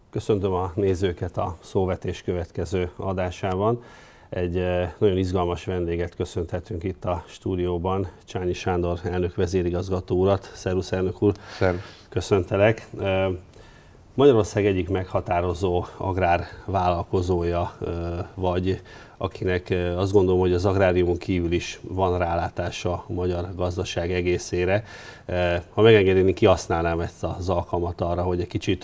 Köszöntöm a nézőket a Szóvetés következő adásában. Egy nagyon izgalmas vendéget köszönhetünk itt a stúdióban, Csányi Sándor elnök vezérigazgató urat. Szervusz, elnök úr! Szervusz! Köszöntelek! Magyarország egyik meghatározó agrárvállalkozója vagy, akinek azt gondolom, hogy az agráriumon kívül is van rálátása a magyar gazdaság egészére. Ha megengedni, kihasználnám ezt az alkalmat arra, hogy egy kicsit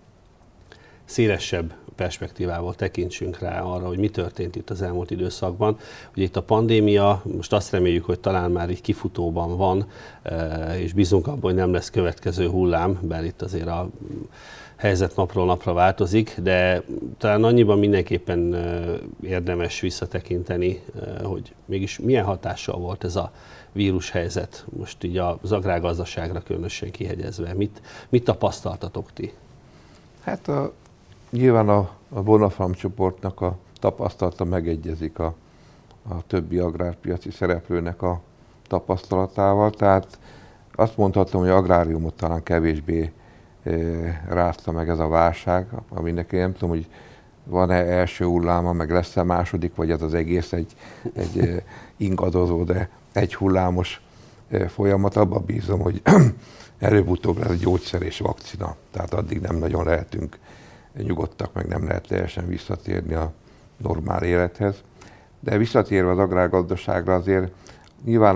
szélesebb perspektívával tekintsünk rá arra, hogy mi történt itt az elmúlt időszakban. Ugye itt a pandémia, most azt reméljük, hogy talán már így kifutóban van, és bízunk abban, hogy nem lesz következő hullám, bár itt azért a helyzet napról napra változik, de talán annyiban mindenképpen érdemes visszatekinteni, hogy mégis milyen hatással volt ez a vírushelyzet, most így az agrárgazdaságra különösen kihegyezve. Mit tapasztaltatok ti? Hát nyilván a Bonafarm csoportnak a tapasztalata megegyezik a többi agrárpiaci szereplőnek a tapasztalatával, tehát azt mondhatom, hogy agráriumot talán kevésbé rázta meg ez a válság, aminek én nem tudom, hogy van-e első hulláma, meg lesz-e második, vagy ez az egész egy ingadozó, de egy hullámos folyamat. Abban bízom, hogy előbb-utóbb lesz gyógyszer és vakcina, tehát addig nem nagyon lehetünk nyugodtak, meg nem lehet teljesen visszatérni a normál élethez. De visszatérve az agrárgazdaságra azért nyilván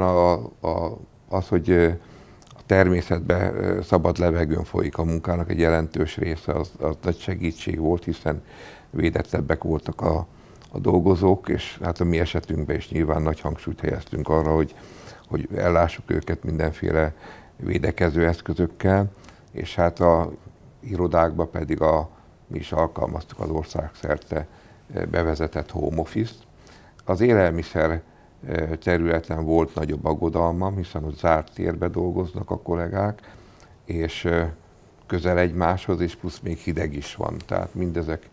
az, hogy a természetben szabad levegőn folyik a munkának egy jelentős része, az nagy segítség volt, hiszen védettebbek voltak a dolgozók, és hát a mi esetünkben is nyilván nagy hangsúlyt helyeztünk arra, hogy ellássuk őket mindenféle védekező eszközökkel, és hát a irodákban pedig mi is alkalmaztuk az országszerte bevezetett home office-t. Az élelmiszer területen volt nagyobb aggodalmam, hiszen ott zárt térbe dolgoznak a kollégák, és közel egymáshoz, és plusz még hideg is van. Tehát mindezek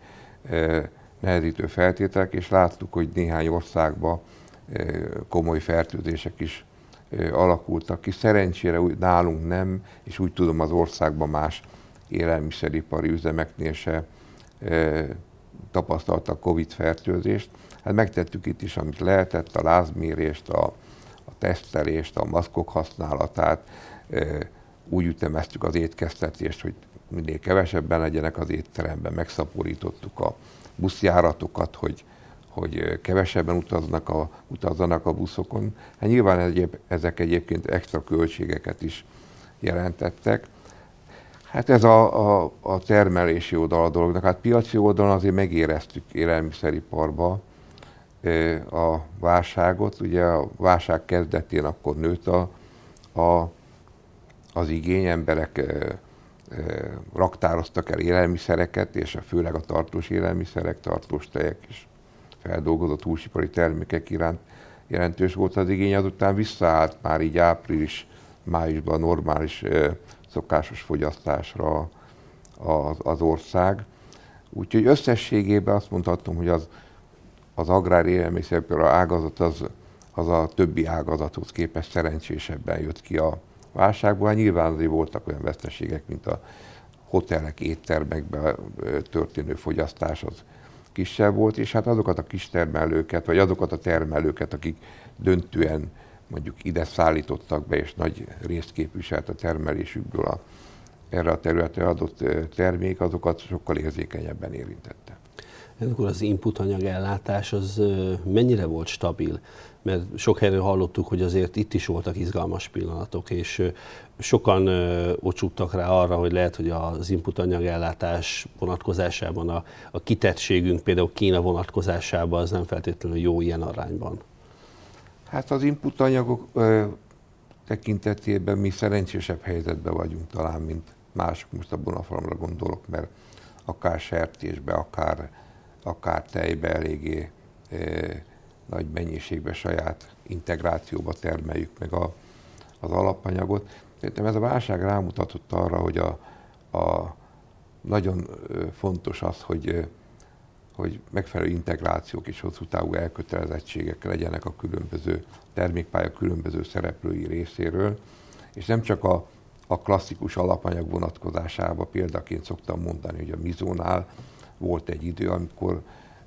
nehezítő feltételek, és láttuk, hogy néhány országban komoly fertőzések is alakultak ki. Szerencsére nálunk nem, és úgy tudom az országban más élelmiszeripari üzemeknél se tapasztaltak Covid-fertőzést. Hát megtettük itt is, amit lehetett, a lázmérést, a tesztelést, a maszkok használatát, úgy ütemeztük az étkeztetést, hogy minél kevesebben legyenek az étteremben, megszaporítottuk a buszjáratokat, hogy kevesebben utazzanak a buszokon. Hát nyilván ezek egyébként extra költségeket is jelentettek. Hát ez a termelési oldal a dolognak. Hát piaci oldalon azért megéreztük élelmiszeriparba a válságot. Ugye a válság kezdetén akkor nőtt az igény, emberek raktároztak el élelmiszereket, és főleg a tartós élelmiszerek, tartós tejek és feldolgozott húsipari termékek iránt jelentős volt az igény. Azután visszaállt már így április-májusban normális szokásos fogyasztásra az ország. Úgyhogy összességében azt mondhatom, hogy az agrár élelmiszeripar ágazat az a többi ágazathoz képest szerencsésebben jött ki a válságból. Hát nyilván azért voltak olyan veszteségek, mint a hotelek, éttermekben történő fogyasztás az kisebb volt, és hát azokat a kistermelőket, vagy azokat a termelőket, akik döntően mondjuk ide szállítottak be, és nagy részt képviselt a termelésükből erre a területre adott termék, azokat sokkal érzékenyebben érintette. Akkor az input anyagellátás az mennyire volt stabil? Mert sok helyről hallottuk, hogy azért itt is voltak izgalmas pillanatok, és sokan ocsúttak rá arra, hogy lehet, hogy az input anyagellátás vonatkozásában a kitettségünk, például Kína vonatkozásában az nem feltétlenül jó ilyen arányban. Hát az input anyagok tekintetében mi szerencsésebb helyzetben vagyunk talán, mint mások, most a Bonafarmra gondolok, mert akár sertésbe, akár tejbe eléggé nagy mennyiségben saját integrációba termeljük meg az alapanyagot. Szerintem ez a válság rámutatott arra, hogy nagyon fontos az, hogy megfelelő integrációk és hosszú távú elkötelezettségek legyenek a különböző termékpálya különböző szereplői részéről, és nem csak a klasszikus alapanyag vonatkozásában példaként szoktam mondani, hogy a Mizónál volt egy idő, amikor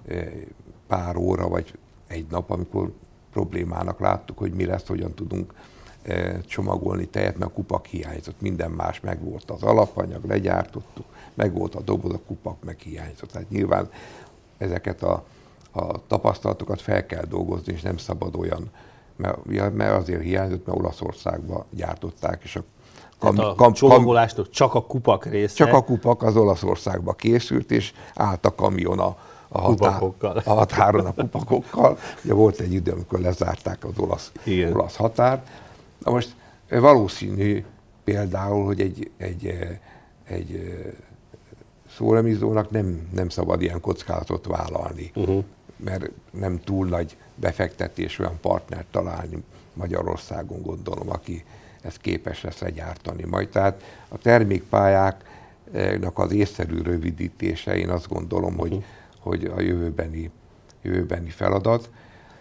pár óra vagy egy nap, amikor problémának láttuk, hogy mi lesz, hogyan tudunk csomagolni tejet, mert a kupak hiányzott, minden más megvolt, az alapanyag, legyártottuk, megvolt a doboz, a kupak meg hiányzott. Tehát nyilván ezeket a tapasztalatokat fel kell dolgozni, és nem szabad olyan, mert azért hiányzott, mert Olaszországban gyártották, és a csomagolásnak csak a kupak része. Csak a kupak az Olaszországba készült, és állt a kamion a határon a kupakokkal. Ugye volt egy idő, amikor lezárták az olasz határt. Na most valószínű például, hogy egy szóramizónak nem szabad ilyen kockázatot vállalni, mert nem túl nagy befektetés olyan partnert találni Magyarországon, gondolom, aki ezt képes lesz legyártani majd. Tehát a termékpályáknak az észszerű rövidítése, én azt gondolom, hogy a jövőbeni feladat.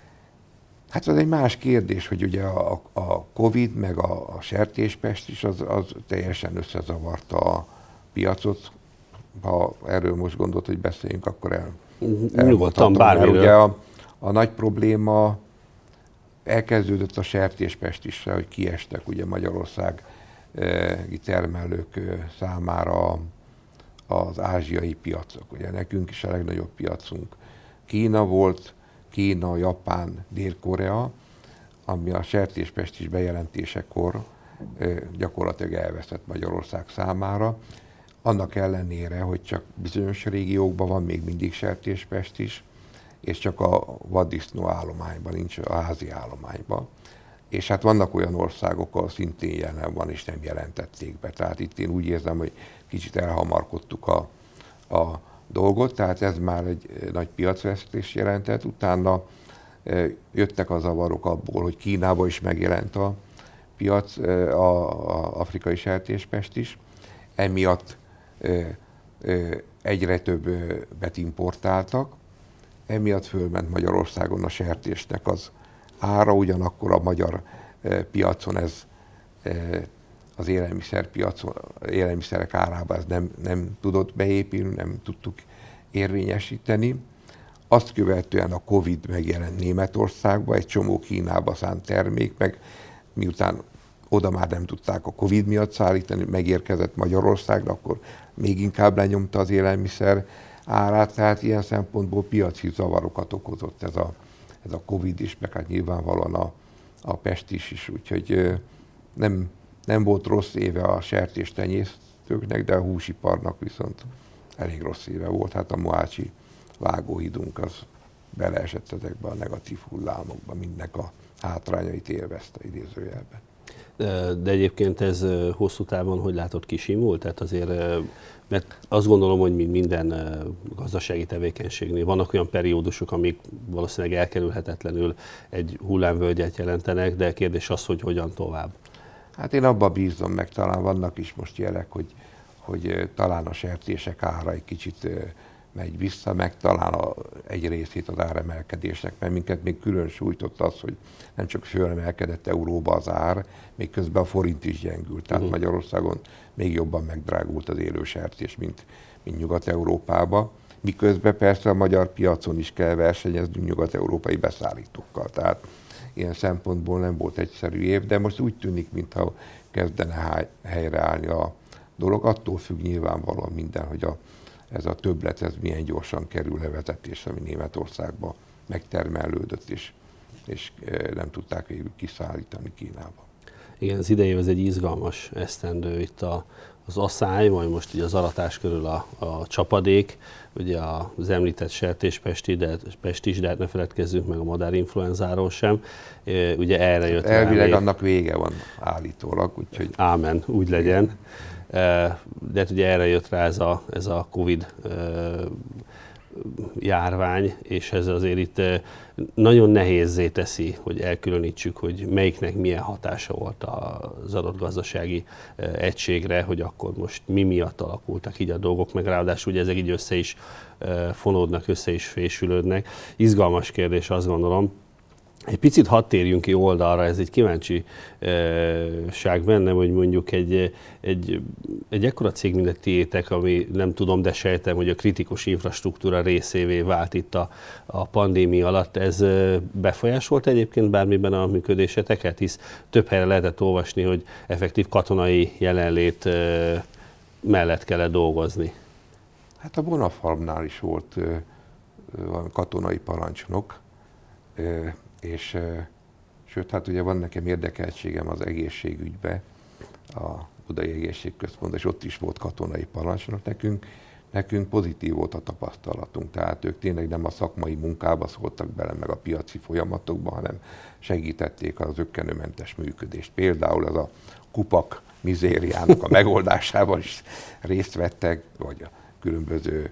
Hát az egy más kérdés, hogy ugye a Covid meg a sertéspest is az teljesen összezavarta a piacot. Ha erről most gondolt, hogy beszéljünk, akkor nyugodtan bármiről. Ugye a nagy probléma elkezdődött a sertéspestisre, hogy kiestek ugye magyarországi termelők számára az ázsiai piacok. Ugye nekünk is a legnagyobb piacunk Kína volt, Kína, Japán, Dél-Korea, ami a sertéspestis bejelentésekor gyakorlatilag elveszett Magyarország számára. Annak ellenére, hogy csak bizonyos régiókban van még mindig sertéspestis, és csak a vaddisznó állományban, nincs a házi állományban. És hát vannak olyan országok, ahol szintén jelen van, és nem jelentették be. Tehát itt én úgy érzem, hogy kicsit elhamarkodtuk a dolgot, tehát ez már egy nagy piacvesztés jelentett. Utána jöttek a zavarok abból, hogy Kínában is megjelent a piac, a afrikai sertéspest is. Emiatt egyre többet importáltak. Emiatt fölment Magyarországon a sertésnek az ára, ugyanakkor a magyar piacon ez az élelmiszerek árában ez nem tudott beépülni, nem tudtuk érvényesíteni. Azt követően a Covid megjelent Németországba, egy csomó Kínába szánt termék, meg miután oda már nem tudták a Covid miatt szállítani, megérkezett Magyarországra, akkor még inkább lenyomta az élelmiszer árát, tehát ilyen szempontból piaci zavarokat okozott ez a Covid is, meg hát nyilvánvalóan a pestis is, úgyhogy nem volt rossz éve a sertéstenyésztőknek, de a húsiparnak viszont elég rossz éve volt. Hát a mohácsi vágóhidunk az beleesett ezekbe a negatív hullámokba, mindnek a hátrányait élvezte idézőjelben. De egyébként ez hosszú távon, hogy látod, kisimult? Tehát azért, mert azt gondolom, hogy minden gazdasági tevékenységnél vannak olyan periódusok, amik valószínűleg elkerülhetetlenül egy hullámvölgyet jelentenek, de kérdés az, hogy hogyan tovább. Hát én abban bízom meg, talán vannak is most jelek, hogy talán a sertések ára egy kicsit megy vissza, meg talán egy részét az áremelkedésnek, mert minket még külön sújtott az, hogy nem csak fölemelkedett euróba az ár, még közben a forint is gyengült. Tehát Magyarországon még jobban megdrágult az élő sertés, mint Nyugat-Európában. Miközben persze a magyar piacon is kell versenyezni nyugat-európai beszállítókkal. Tehát ilyen szempontból nem volt egyszerű év, de most úgy tűnik, mintha kezdene helyreállni a dolog. Attól függ nyilvánvalóan minden, hogy ez a többlet ez milyen gyorsan kerül levezetésre, ami Németországban megtermelődött, és nem tudták végül kiszállítani Kínába. Igen, az idei év ez egy izgalmas esztendő, itt az asszály, majd most ugye az aratás körül a csapadék, ugye az említett sertéspestis, de hát ne feledkezzünk meg a madárinfluenzáról sem. Ugye erre jött elvileg annak vége van állítólag, úgyhogy... Ámen, úgy legyen. De hát ugye erre jött rá ez a Covid járvány, és ez azért itt nagyon nehézzé teszi, hogy elkülönítsük, hogy melyiknek milyen hatása volt az adott gazdasági egységre, hogy akkor most mi miatt alakultak így a dolgok, meg ráadásul ugye ezek így össze is fonódnak, össze is fésülődnek. Izgalmas kérdés, azt gondolom. Egy picit hadd térjünk ki oldalra, ez egy kíváncsiság bennem, hogy mondjuk egy ekkora cég, mint a tiétek, ami nem tudom, de sejtem, hogy a kritikus infrastruktúra részévé vált itt a pandémia alatt, ez befolyásolt egyébként bármiben a működéseteket? Hisz több helyre lehetett olvasni, hogy effektív katonai jelenlét mellett kellett dolgozni. Hát a Bonafarmnál is volt katonai parancsnok, és sőt, hát ugye van nekem érdekeltségem az egészségügybe, a Budai Egészségközpontban, és ott is volt katonai parancsnok. Nekünk pozitív volt a tapasztalatunk, tehát ők tényleg nem a szakmai munkába szóltak bele, meg a piaci folyamatokba, hanem segítették az zökkenőmentes működést. Például ez a kupak mizériának a megoldásában is részt vettek, vagy a különböző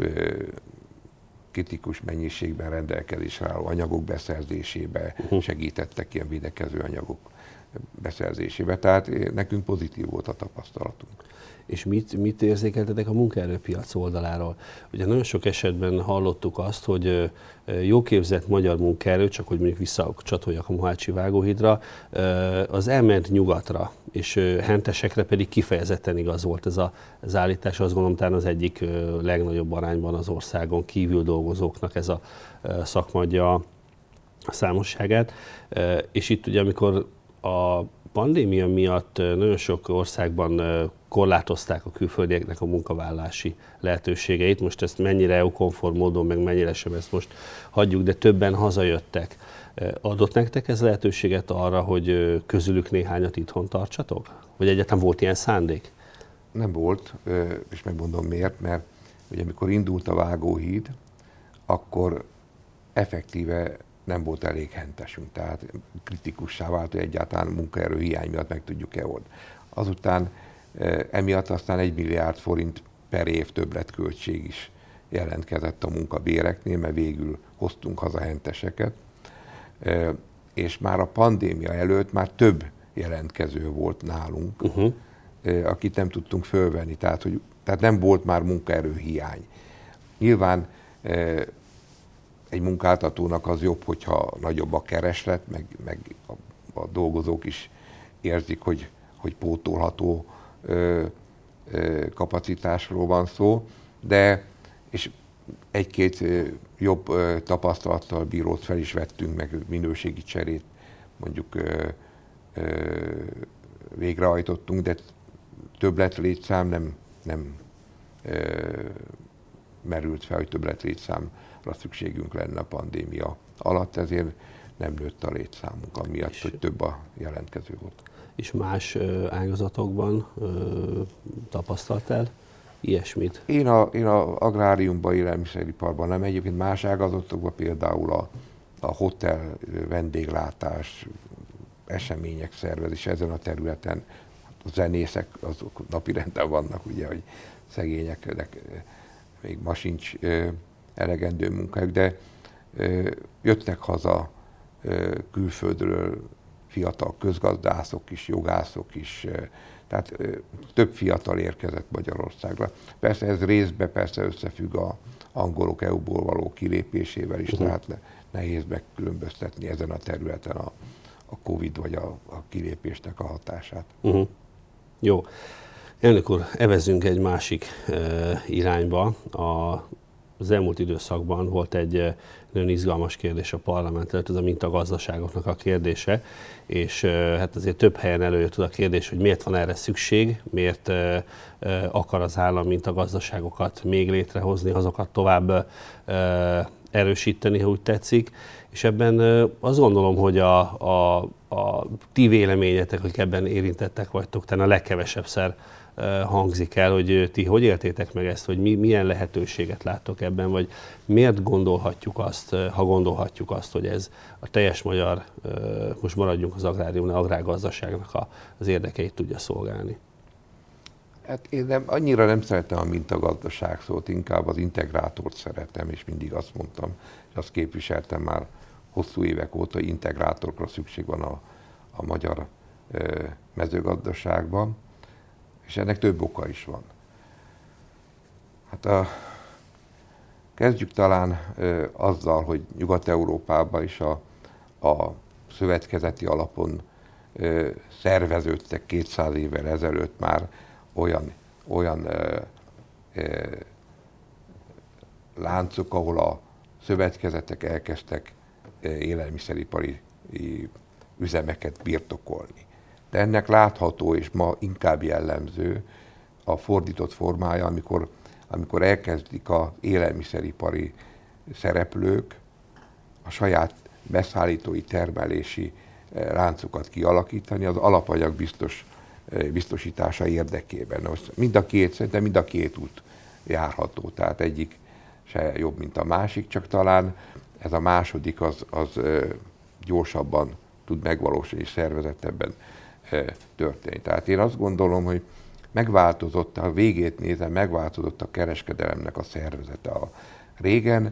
kritikus mennyiségben rendelkezésre álló anyagok beszerzésébe, segítettek ilyen védekező anyagok beszerzésébe. Tehát nekünk pozitív volt a tapasztalatunk. És mit érzékeltetek a munkaerőpiac oldaláról? Ugye nagyon sok esetben hallottuk azt, hogy jó képzett magyar munkaerő, csak hogy mondjuk visszacsatoljak a Mohácsi vágóhídra, az elment nyugatra, és hentesekre pedig kifejezetten igaz volt ez az állítás. Azt gondolom, talán az egyik legnagyobb arányban az országon kívül dolgozóknak ez a szakma adja a számosságát. És itt ugye, amikor a pandémia miatt nagyon sok országban korlátozták a külföldieknek a munkavállalási lehetőségeit. Most ezt mennyire EU-konform módon, meg mennyire sem, ezt most hagyjuk, de többen hazajöttek. Adott nektek ez lehetőséget arra, hogy közülük néhányat itthon tartsatok? Vagy egyáltalán volt ilyen szándék? Nem volt, és megmondom miért, mert ugye amikor indult a vágóhíd, akkor effektíve nem volt elég hentesünk, tehát kritikussá vált, hogy egyáltalán munkaerő hiány miatt meg tudjuk-e oldani. Azután emiatt aztán 1 milliárd forint per év többletköltség is jelentkezett a munkabéreknél, mert végül hoztunk haza henteseket, és már a pandémia előtt már több jelentkező volt nálunk, akit nem tudtunk fölvenni, tehát nem volt már munkaerő hiány. Nyilván egy munkáltatónak az jobb, hogyha nagyobb a kereslet, meg a dolgozók is érzik, hogy pótolható kapacitásról van szó, de és egy-két jobb tapasztalattal bírót fel is vettünk, meg minőségi cserét mondjuk végrehajtottunk, de többletlétszám nem merült fel, hogy többletlétszámra szükségünk lenne a pandémia alatt, ezért nem nőtt a létszámunk, amiatt, hogy több a jelentkező volt. És más ágazatokban tapasztaltál ilyesmit? Én a agráriumban, élelmiszeriparban nem, egyébként más ágazatokban, például a hotel, vendéglátás, események szervezés ezen a területen, a zenészek azok napirenden vannak, ugye, hogy szegényeknek még ma sincs elegendő munkájuk, de jöttek haza külföldről fiatal közgazdászok is, jogászok is, tehát több fiatal érkezett Magyarországra. Persze ez részben összefügg az angolok EU-ból való kilépésével is, tehát nehéz megkülönböztetni ezen a területen a Covid vagy a kilépésnek a hatását. Jó. Elnök úr, evezzünk egy másik irányba. Az elmúlt időszakban volt egy nagyon izgalmas kérdés a parlament előtt, ez a mintagazdaságoknak a kérdése, és hát azért több helyen előjött a kérdés, hogy miért van erre szükség, miért akar az állam mintagazdaságokat még létrehozni, azokat tovább erősíteni, ha úgy tetszik. És ebben azt gondolom, hogy a ti véleményetek, akik ebben érintettek vagytok, talán a legkevesebbszer hangzik el, hogy ti hogy éltétek meg ezt, hogy milyen lehetőséget láttok ebben, vagy miért gondolhatjuk azt, ha gondolhatjuk azt, hogy ez a teljes magyar, most maradjunk az agrárgazdaságnak az érdekeit tudja szolgálni. Hát én annyira nem szeretem a mintagazdaság szót, inkább az integrátort szeretem, és mindig azt mondtam, és azt képviseltem már hosszú évek óta, hogy integrátorokra szükség van a magyar mezőgazdaságban, és ennek több oka is van. Hát kezdjük talán azzal, hogy Nyugat-Európában is a a szövetkezeti alapon szerveződtek 200 évvel ezelőtt már olyan láncok, ahol a szövetkezetek elkezdtek élelmiszeripari üzemeket birtokolni. De ennek látható, és ma inkább jellemző a fordított formája, amikor elkezdik az élelmiszeripari szereplők a saját beszállítói termelési láncokat kialakítani az alapanyag biztosítása érdekében. Most szerintem mind a két út járható, tehát egyik se jobb, mint a másik, csak talán ez a második az gyorsabban tud megvalósulni és szervezettebben történni. Tehát én azt gondolom, hogy megváltozott, ha a végét nézem, megváltozott a kereskedelemnek a szervezete. Régen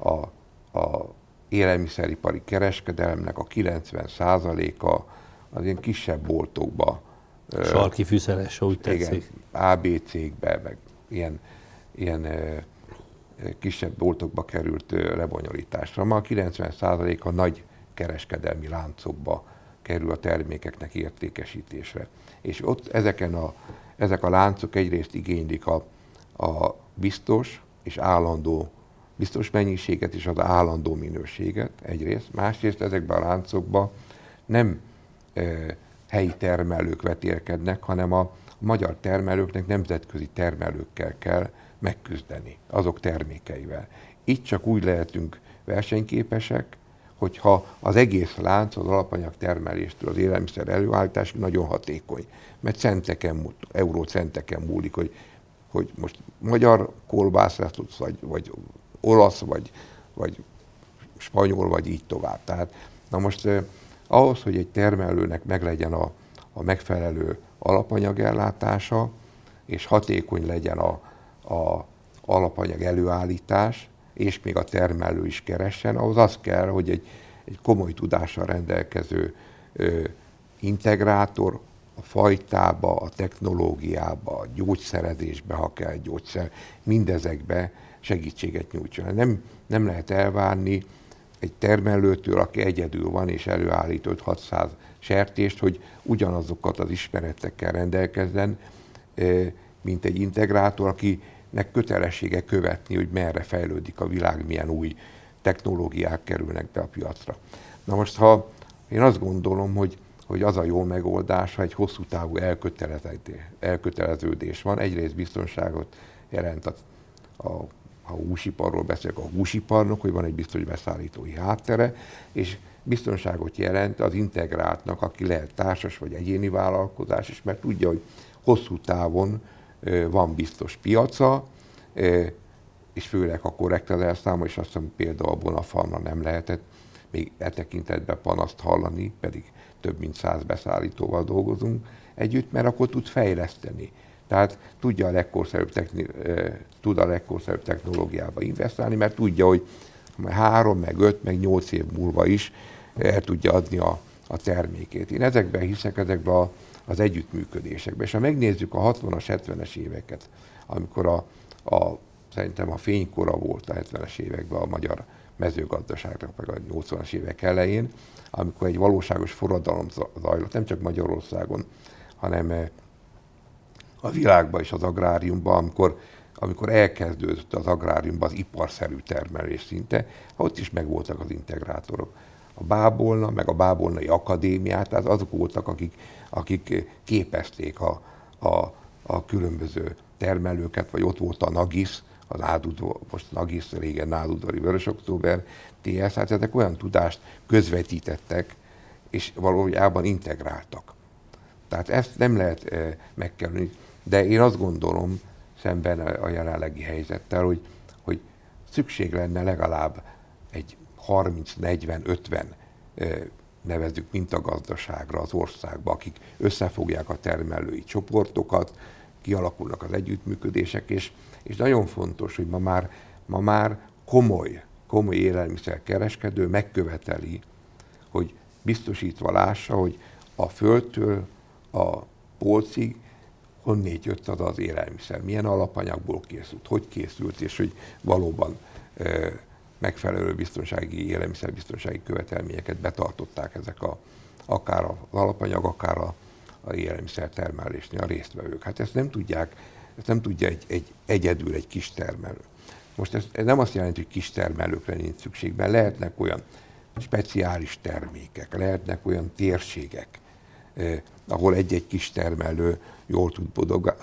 a élelmiszeripari kereskedelemnek a 90%-a az ilyen kisebb boltokba. Sarki fűszeres, úgy tetszik. Igen, ABC-kbe, meg ilyen kisebb boltokba került lebonyolításra. Ma a 90%-a nagy kereskedelmi láncokba kerül a termékeknek értékesítésre. És ott ezek a láncok egyrészt igénylik a biztos és állandó biztos mennyiséget és az állandó minőséget egyrészt. Másrészt ezekben a láncokban nem helyi termelők vetélkednek, hanem a magyar termelőknek nemzetközi termelőkkel kell megküzdeni, azok termékeivel. Itt csak úgy lehetünk versenyképesek, hogyha az egész lánc, az alapanyag termeléstől az élelmiszer előállításig nagyon hatékony. Mert eurócenteken múlik, hogy most magyar kolbászát tudsz, vagy olasz, vagy spanyol, vagy így tovább. Tehát, na most ahhoz, hogy egy termelőnek meglegyen a megfelelő alapanyagellátása, és hatékony legyen a alapanyag előállítás, és még a termelő is keressen, ahhoz az kell, hogy egy komoly tudással rendelkező integrátor a fajtába, a technológiába, a gyógyszerezésbe, ha kell gyógyszer, mindezekbe segítséget nyújtson. Nem lehet elvárni egy termelőtől, aki egyedül van és előállít 5-600 sertést, hogy ugyanazokat az ismeretekkel rendelkezzen, mint egy integrátor, akinek kötelessége követni, hogy merre fejlődik a világ, milyen új technológiák kerülnek be a piacra. Na most, én azt gondolom, hogy az a jó megoldás, ha egy hosszú távú elköteleződés van, egyrészt biztonságot jelent ha húsiparról beszélek, a húsiparnak, hogy van egy biztos beszállítói háttere, és biztonságot jelent az integráltnak, aki lehet társas vagy egyéni vállalkozás is, mert tudja, hogy hosszú távon van biztos piaca, és főleg a korrekt az elszámol, és azt hiszem például a Bonafarmra nem lehetett még e tekintetben panaszt hallani, pedig több mint 100 beszállítóval dolgozunk együtt, mert akkor tud fejleszteni. Tehát tud a legkorszerűbb technológiába investálni, mert tudja, hogy 3, meg 5, meg 8 év múlva is el tudja adni a termékét. Én ezekben hiszek, ezekben az együttműködésekben. És ha megnézzük a 60-as, 70-es éveket, amikor szerintem a fénykora volt a 70-es években a magyar mezőgazdaságnak, meg a 80-as évek elején, amikor egy valóságos forradalom zajlott, nem csak Magyarországon, hanem a világban és az agráriumban, amikor elkezdődött az agráriumban az iparszerű termelés szinte, ott is megvoltak az integrátorok. A Bábolna, meg a Bábolnai Akadémiát, tehát azok voltak, akik képezték a különböző termelőket, vagy ott volt a Nagisz, most Nagisz, régen Nádudvari Vörösoktóber, TS, hát ezek olyan tudást közvetítettek, és valójában integráltak. Tehát ezt nem lehet megkerülni, de én azt gondolom, szemben a jelenlegi helyzettel, hogy szükség lenne legalább egy 30-40-50 nevezzük mintagazdaságra az országba, akik összefogják a termelői csoportokat, kialakulnak az együttműködések, és nagyon fontos, hogy ma már komoly élelmiszerkereskedő megköveteli, hogy biztosítva lássa, hogy a földtől a polcig honnét jött az élelmiszer, milyen alapanyagból készült, hogy készült, és hogy valóban megfelelő biztonsági, élelmiszerbiztonsági követelményeket betartották ezek akár az alapanyag, akár a élelmiszertermelésnél a résztvevők. Hát ezt nem tudja egyedül egy kis termelő. Most ez nem azt jelenti, hogy kis termelőkre nincs szükség, mert lehetnek olyan speciális termékek, lehetnek olyan térségek, ahol egy-egy kis termelő jól tud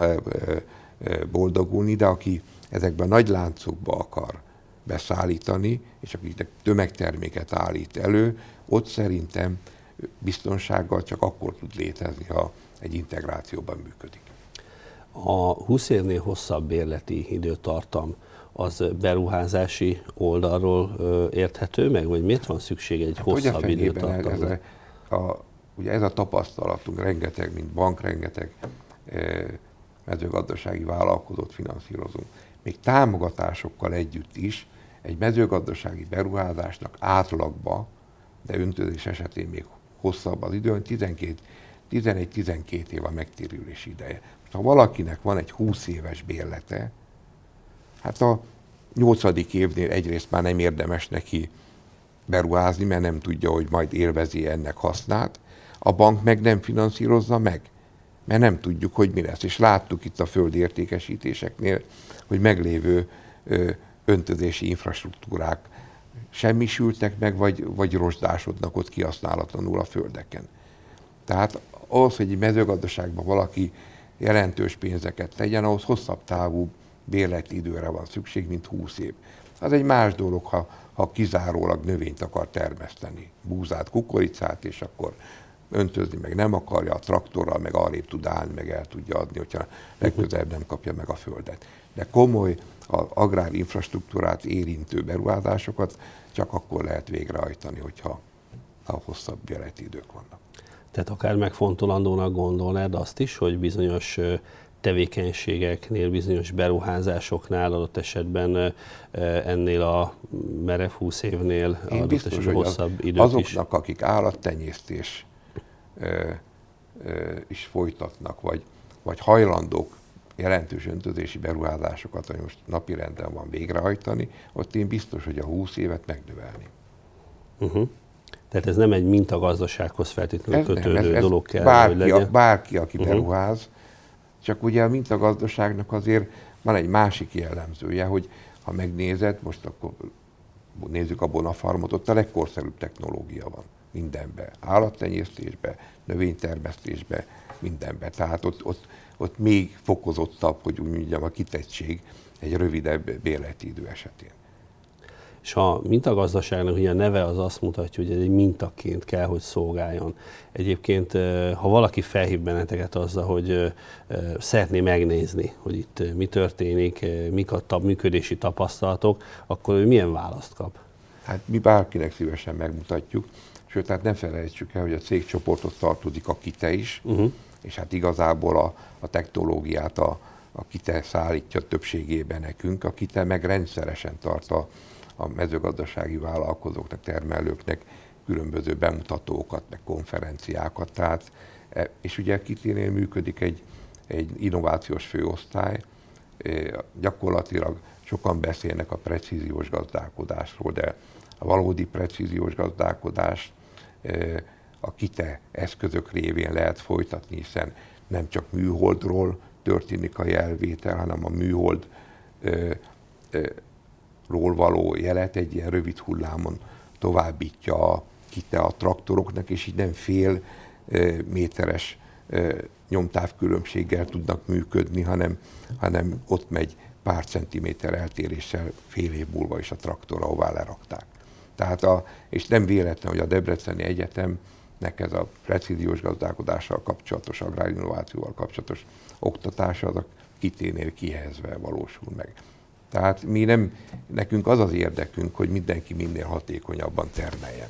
boldogulni, de aki ezekben a nagy láncokba akar beszállítani, és akiknek tömegterméket állít elő, ott szerintem biztonsággal csak akkor tud létezni, ha egy integrációban működik. A 20 évnél hosszabb bérleti időtartam az beruházási oldalról érthető meg, vagy miért van szükség egy hosszabb időtartamra? Ugye ez a tapasztalatunk, rengeteg, mint bank, rengeteg mezőgazdasági vállalkozót finanszírozunk. Még támogatásokkal együtt is egy mezőgazdasági beruházásnak átlagba, de öntözés esetén még hosszabb az idő, 11-12 év a megtérülési ideje. Ha valakinek van egy 20 éves bérlete, hát a 8. évnél egyrészt már nem érdemes neki beruházni, mert nem tudja, hogy majd élvezi ennek hasznát. A bank meg nem finanszírozza meg, mert nem tudjuk, hogy mi lesz. És láttuk itt a földi értékesítéseknél, hogy meglévő öntözési infrastruktúrák semmisültek meg, vagy rozsdásodnak ott kihasználatlanul a földeken. Tehát ahhoz, hogy egy mezőgazdaságban valaki jelentős pénzeket tegyen, ahhoz hosszabb távú bérleti időre van szükség, mint 20 év. Az egy más dolog, ha kizárólag növényt akar termeszteni, búzát, kukoricát, és akkor öntözni meg nem akarja, a traktorral meg arrébb tud állni, meg el tudja adni, hogyha legközelebb nem kapja meg a földet. De komoly, az agrárinfrastruktúrát érintő beruházásokat csak akkor lehet végrehajtani, hogyha a hosszabb bérleti idők vannak. Tehát akár megfontolandónak gondolnád azt is, hogy bizonyos tevékenységeknél, bizonyos beruházásoknál adott esetben ennél a merev 20 évnél adott esetben hosszabb időt azoknak, is. akik állattenyésztés is folytatnak, vagy hajlandók jelentős öntözési beruházásokat, ami most napirenden van végrehajtani, ott én biztos, hogy a 20 évet megnövelni. Tehát ez nem egy mintagazdasághoz feltétlenül kötődő dolog kell, hogy legyen. Bárki, aki beruház, csak ugye a mintagazdaságnak azért van egy másik jellemzője, hogy ha megnézed, most akkor nézzük a Bonafarmot, ott a legkorszerűbb technológia van mindenben. Állattenyésztésben, növénytermesztésben, mindenben. Tehát ott még fokozottabb, hogy úgy mondjam, a kitettség egy rövidebb bérleti idő esetén. És a mintagazdaságnak ugye a neve az azt mutatja, hogy ez egy mintaként kell, hogy szolgáljon. Egyébként, ha valaki felhív benneteket azzal, hogy szeretné megnézni, hogy itt mi történik, mik a működési tapasztalatok, akkor ő milyen választ kap? Hát mi bárkinek szívesen megmutatjuk, sőt, tehát ne felejtsük el, hogy a cégcsoporthoz tartozik a KITE is, és hát igazából a technológiát a KITE szállítja többségében nekünk. A KITE meg rendszeresen tart a mezőgazdasági vállalkozóknak, termelőknek különböző bemutatókat, meg konferenciákat. Tehát, és ugye a KITE-nél működik egy innovációs főosztály, gyakorlatilag sokan beszélnek a precíziós gazdálkodásról, de a valódi precíziós gazdálkodást a KITE eszközök révén lehet folytatni, hiszen nem csak műholdról történik a jelvétel, hanem a műholdról való jelet egy ilyen rövid hullámon továbbítja a KITE a traktoroknak, és így nem fél méteres nyomtávkülönbséggel tudnak működni, hanem ott megy pár centiméter eltéréssel fél év múlva is a traktor, ahová lerakták. Tehát és nem véletlen, hogy a Debreceni Egyetemnek ez a precíziós gazdálkodással kapcsolatos, agrárinnovációval kapcsolatos oktatása az a KITE-nél kihelyezve valósul meg. Tehát nekünk az az érdekünk, hogy mindenki minél hatékonyabban termeljen.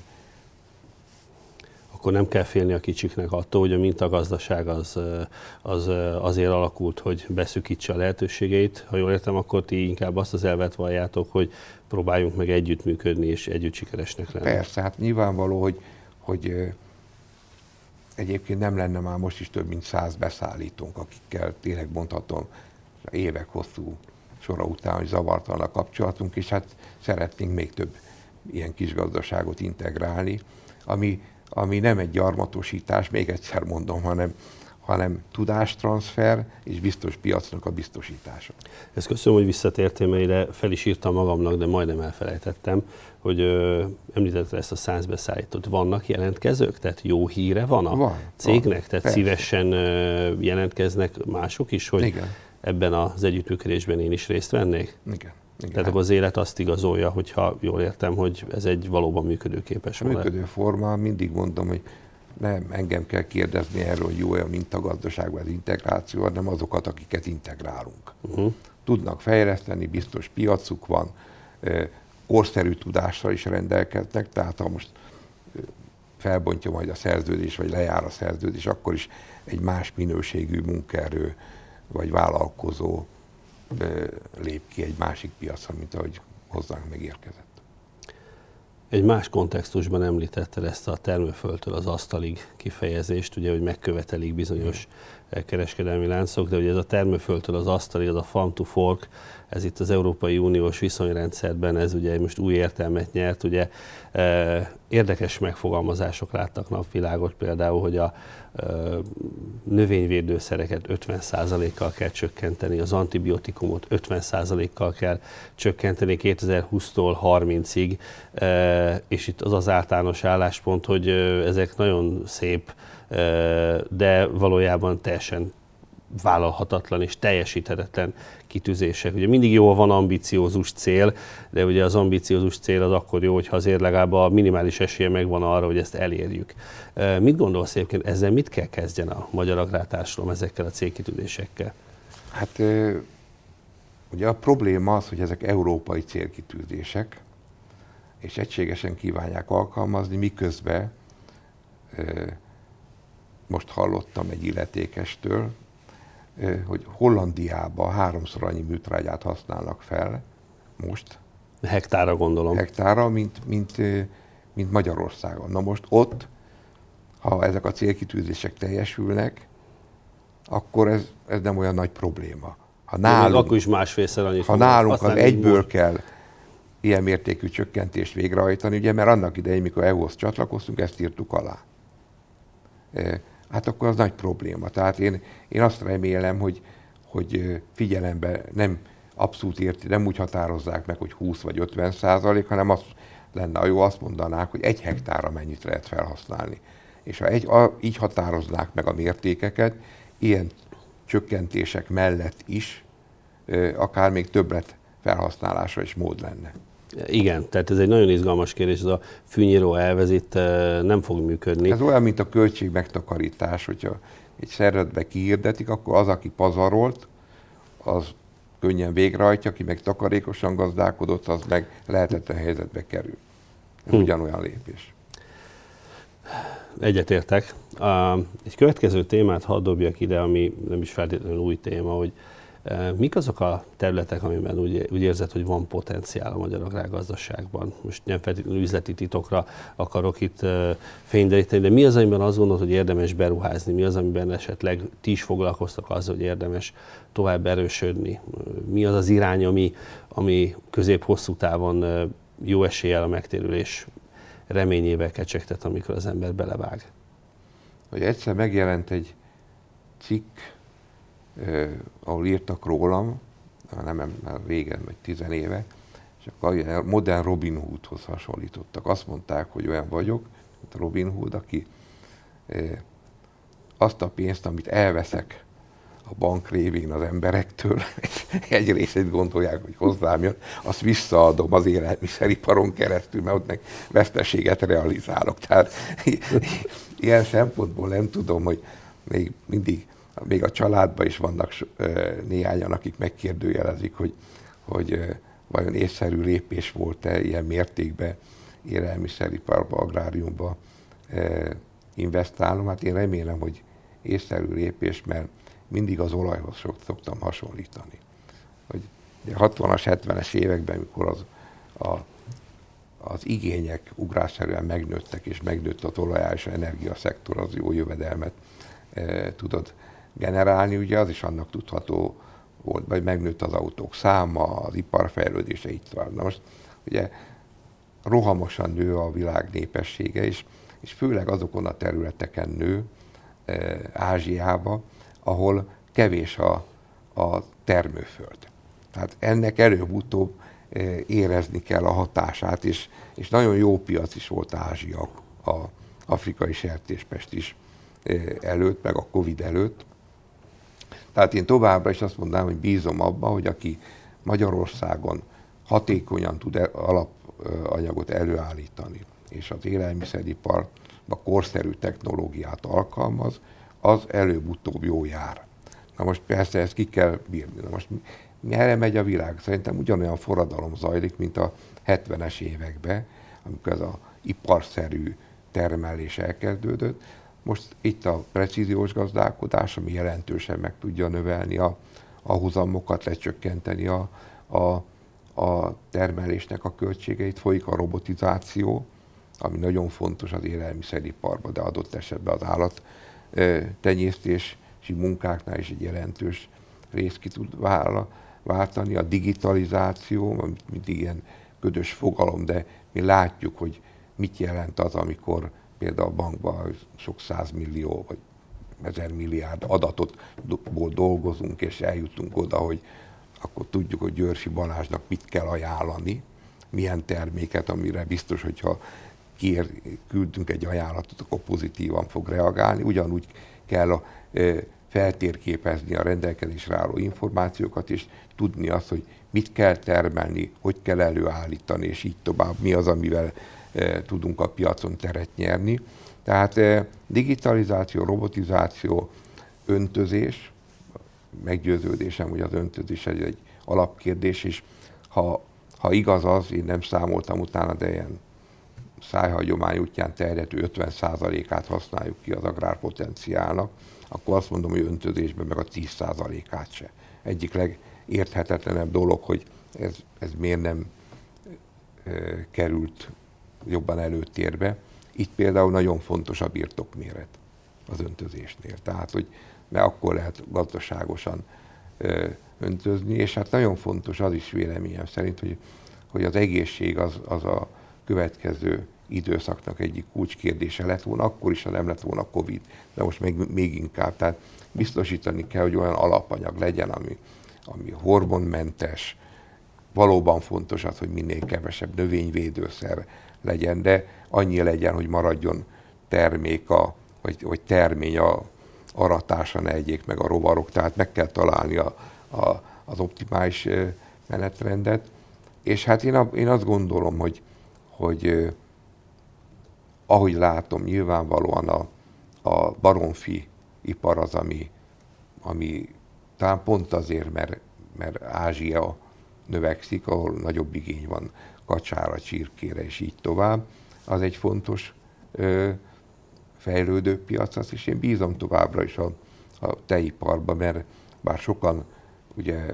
Akkor nem kell félni a kicsiknek attól, hogy a mintagazdaság az azért alakult, hogy beszűkítse a lehetőségeit. Ha jól értem, akkor ti inkább azt az elvet valljátok, hogy próbáljunk meg együttműködni és együtt sikeresnek lenni. Persze, hát nyilvánvaló, hogy egyébként nem lenne már most is több mint 100 beszállítónk, akikkel tényleg mondhatom évek hosszú sora után, hogy zavartalan a kapcsolatunk, és hát szeretnénk még több ilyen kis gazdaságot integrálni, ami nem egy gyarmatosítás, még egyszer mondom, hanem tudástranszfer és biztos piacnak a biztosítása. Ezt köszönöm, hogy visszatértél, mert ide fel is írtam magamnak, de majdnem elfelejtettem, hogy említetted ezt a százbeszállítót. Vannak jelentkezők? Tehát jó híre van a cégnek? Tehát persze. Szívesen jelentkeznek mások is, hogy igen. Ebben az együttműködésben én is részt vennék? Igen. Tehát akkor az élet azt igazolja, hogyha jól értem, hogy ez egy valóban működőképes modell. Működő forma, mindig mondom, hogy nem engem kell kérdezni erről, hogy jó-e a mintagazdaságban az integráció, hanem azokat, akiket integrálunk. Tudnak fejleszteni, biztos piacuk van, korszerű tudással is rendelkeznek, tehát ha most felbontja majd a szerződés, vagy lejár a szerződés, akkor is egy más minőségű munkaerő vagy vállalkozó lép ki egy másik piacra, mint ahogy hozzánk megérkezett. Egy más kontextusban említetted ezt a termőföldtől az asztalig kifejezést, ugye, hogy megkövetelik bizonyos kereskedelmi láncok, de ugye ez a termőföldtől az asztalig, az a farm to fork, ez itt az Európai Uniós viszonyrendszerben, ez ugye most új értelmet nyert, ugye érdekes megfogalmazások láttak napvilágot, például, hogy a növényvédőszereket 50%-kal kell csökkenteni, az antibiotikumot 50%-kal kell csökkenteni 2020-tól 30-ig, és itt az általános álláspont, hogy ezek nagyon szép, de valójában teljesen vállalhatatlan és teljesíthetetlen kitűzések. Ugye mindig jó, van ambiciózus cél, de ugye az ambiciózus cél az akkor jó, hogyha azért legalább a minimális esélye megvan arra, hogy ezt elérjük. Mit gondolsz egyébként, ezzel mit kell kezdjen a magyar agrártársadalom ezekkel a célkitűzésekkel? Hát ugye a probléma az, hogy ezek európai célkitűzések, és egységesen kívánják alkalmazni, miközben most hallottam egy illetékestől, hogy Hollandiában 3-szor annyi műtrágyát használnak fel most. Hektára gondolom. Hektára, mint Magyarországon. Na most ott, ha ezek a célkitűzések teljesülnek, akkor ez nem olyan nagy probléma. Ha akkor is másfélszer annyit. Ha nálunk az egyből kell ilyen mértékű csökkentést végrehajtani, ugye, mert annak idején, mikor EU-hoz csatlakoztunk, ezt írtuk alá. Hát akkor az nagy probléma. Tehát én azt remélem, hogy figyelembe nem abszolút nem úgy határozzák meg, hogy 20 vagy 50%, hanem az lenne jó, azt mondanák, hogy 1 hektárra mennyit lehet felhasználni. És ha így határoznák meg a mértékeket, ilyen csökkentések mellett is akár még többlet felhasználásra is mód lenne. Igen, tehát ez egy nagyon izgalmas kérdés, ez a fűnyíró elv itt nem fog működni. Ez olyan, mint a költségmegtakarítás, hogyha egy szervezetbe kiirdetik, akkor az, aki pazarolt, az könnyen végrehajtja, aki meg takarékosan gazdálkodott, az meg lehetetlen helyzetbe kerül. Ez ugyanolyan lépés. Egyetértek. Egy következő témát hadd dobjak ide, ami nem is feltétlenül új téma, hogy mik azok a területek, amiben úgy érzed, hogy van potenciál a magyar agrárgazdaságban? Most nem feltétlenül üzleti titokra akarok itt fényderíteni, de mi az, amiben azt gondolod, hogy érdemes beruházni? Mi az, amiben esetleg ti is foglalkoztak azzal, hogy érdemes tovább erősödni? Mi az az irány, ami közép-hosszú távon jó eséllyel a megtérülés reményével kecsegtet, amikor az ember belevág? Hogy egyszer megjelent egy cikk, ahol írtak rólam, nem régen, vagy 10 éve, és akkor a modern Robin Hoodhoz hasonlítottak. Azt mondták, hogy olyan vagyok, mint a Robin Hood, aki azt a pénzt, amit elveszek a bank révén az emberektől, egy részét gondolják, hogy hozzám jön, azt visszaadom az élelmiszeriparon keresztül, mert ott meg veszteséget realizálok. Tehát ilyen szempontból nem tudom, hogy még a családban is vannak néhányan, akik megkérdőjelezik, hogy vajon észszerű lépés volt-e ilyen mértékben élelmiszeriparba, agráriumba investálnom. Hát én remélem, hogy észszerű lépés, mert mindig az olajhoz szoktam hasonlítani. Hogy 60-as, 70-es években, mikor az igények ugrásszerűen megnőttek, és megnőtt a olaj és az energiaszektor, az jó jövedelmet tudod generálni, ugye az is annak tudható volt, vagy megnőtt az autók száma, az iparfejlődése, így tovább. Na most ugye rohamosan nő a világ népessége, és főleg azokon a területeken nő, Ázsiába, ahol kevés a termőföld. Tehát ennek előbb-utóbb érezni kell a hatását, és nagyon jó piac is volt Ázsia, a afrikai sertéspest is előtt, meg a Covid előtt. Tehát én továbbra is azt mondanám, hogy bízom abban, hogy aki Magyarországon hatékonyan tud alapanyagot előállítani, és az élelmiszeriparban korszerű technológiát alkalmaz, az előbb-utóbb jó jár. Na most persze ezt ki kell bírni. Na most merre megy a világ? Szerintem ugyanolyan forradalom zajlik, mint a 70-es években, amikor ez az iparszerű termelés elkezdődött. Most itt a precíziós gazdálkodás, ami jelentősen meg tudja növelni a hozamokat, lecsökkenteni a termelésnek a költségeit, folyik a robotizáció, ami nagyon fontos az élelmiszeriparban, de adott esetben az állattenyésztési munkáknál is egy jelentős részt ki tud váltani. A digitalizáció, amit mindig ilyen ködös fogalom, de mi látjuk, hogy mit jelent az, amikor például a bankban sok 100 millió vagy 1000 milliárd adatotból dolgozunk, és eljutunk oda, hogy akkor tudjuk, hogy Györfi Balázsnak mit kell ajánlani, milyen terméket, amire biztos, hogyha küldünk egy ajánlatot, akkor pozitívan fog reagálni. Ugyanúgy kell feltérképezni a rendelkezésre álló információkat, és tudni azt, hogy mit kell termelni, hogy kell előállítani, és így tovább, mi az, amivel tudunk a piacon teret nyerni. Tehát digitalizáció, robotizáció, öntözés, meggyőződésem, hogy az öntözés egy alapkérdés, és ha igaz az, én nem számoltam utána, de ilyen szájhagyomány útján terjedő 50%-át használjuk ki az agrárpotenciálnak, akkor azt mondom, hogy öntözésben meg a 10%-át se. Egyik legérthetetlenebb dolog, hogy ez miért nem került jobban előtérbe. Itt például nagyon fontos a birtokméret az öntözésnél. Tehát, mert akkor lehet gazdaságosan öntözni, és hát nagyon fontos az is véleményem szerint, hogy az egészség az a következő időszaknak egyik kulcskérdése lett volna, akkor is, ha nem lett volna Covid, de most még inkább. Tehát biztosítani kell, hogy olyan alapanyag legyen, ami hormonmentes. Valóban fontos az, hogy minél kevesebb növényvédőszer legyen, de annyi legyen, hogy maradjon termék, vagy termény a aratása, ne egyék meg a rovarok. Tehát meg kell találni az optimális menetrendet. És hát én azt gondolom, hogy ahogy látom, nyilvánvalóan a baromfi ipar az, ami talán pont azért, mert Ázsia növekszik, ahol nagyobb igény van kacsára, csirkére és így tovább, az egy fontos fejlődő piac az, és én bízom továbbra is a tejiparban, mert bár sokan ugye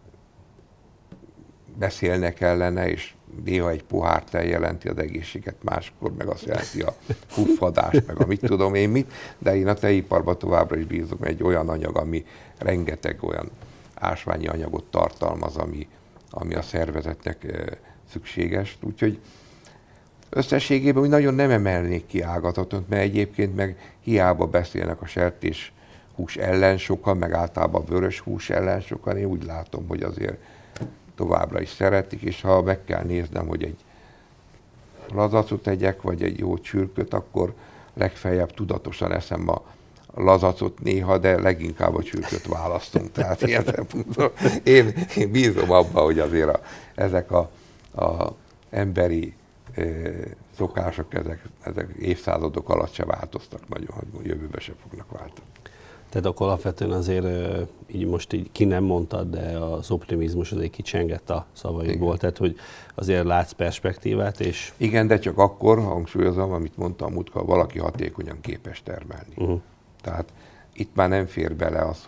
beszélnek ellene, és néha egy pohár tej jelenti az egészséget, máskor meg azt jelenti a puffadást, meg a mit tudom én mit, de én a tejiparban továbbra is bízom, egy olyan anyag, ami rengeteg olyan ásványi anyagot tartalmaz, ami a szervezetnek szükséges. Úgyhogy összességében úgy nagyon nem emelnék ki ágazatot, mert egyébként meg hiába beszélnek a sertéshús ellen sokan, meg általában a vörös hús ellen sokan, én úgy látom, hogy azért továbbra is szeretik, és ha meg kell néznem, hogy egy lazacot egyek, vagy egy jó csürköt, akkor legfeljebb tudatosan eszem a lazacot néha, de leginkább a csürköt választunk. Tehát én bízom abban, hogy azért ezek a emberi szokások, ezek évszázadok alatt se változtak nagyon, hogy jövőben se fognak változni. Tehát akkor alapvetően azért, így most így ki nem mondtad, de az optimizmus azért kicsengett a szavaidból, igen. Tehát hogy azért látsz perspektívát, és... Igen, de csak akkor, hangsúlyozom, amit mondtam múltkor, valaki hatékonyan képes termelni. Uh-huh. Tehát itt már nem fér bele az,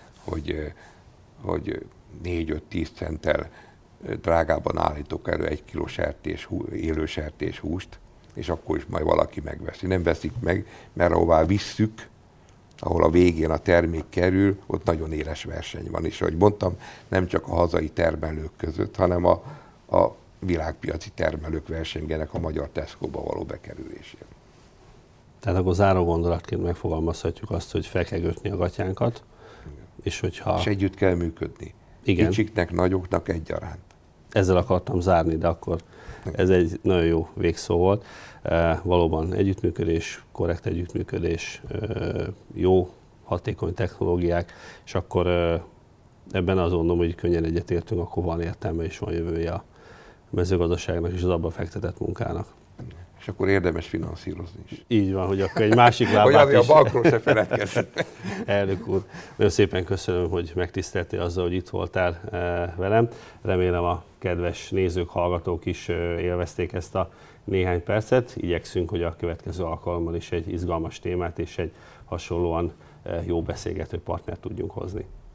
hogy 4-5-10 centtel drágában állítok elő 1 kiló élő sertéshúst, és akkor is majd valaki megveszi. Nem veszik meg, mert ahová visszük, ahol a végén a termék kerül, ott nagyon éles verseny van. És ahogy mondtam, nem csak a hazai termelők között, hanem a világpiaci termelők versengenek a magyar Tesco-ba való bekerülésért. Tehát akkor záró gondolatként megfogalmazhatjuk azt, hogy fel kell kötni a gatyánkat, és együtt kell működni. Igen. Kicsiknek, nagyoknak egyaránt. Ezzel akartam zárni, de akkor ez egy nagyon jó végszó volt. Valóban együttműködés, korrekt együttműködés, jó, hatékony technológiák, és akkor ebben azt gondolom, hogy könnyen egyetértünk, akkor van értelme és van jövője a mezőgazdaságnak és az abba fektetett munkának. És akkor érdemes finanszírozni is. Így van, hogy akkor egy másik lábát hogy a bankról se feledkezzünk. Elnök úr, nagyon szépen köszönöm, hogy megtiszteltél azzal, hogy itt voltál velem. Remélem a kedves nézők, hallgatók is élvezték ezt a néhány percet. Igyekszünk, hogy a következő alkalommal is egy izgalmas témát és egy hasonlóan jó beszélgető partnert tudjunk hozni.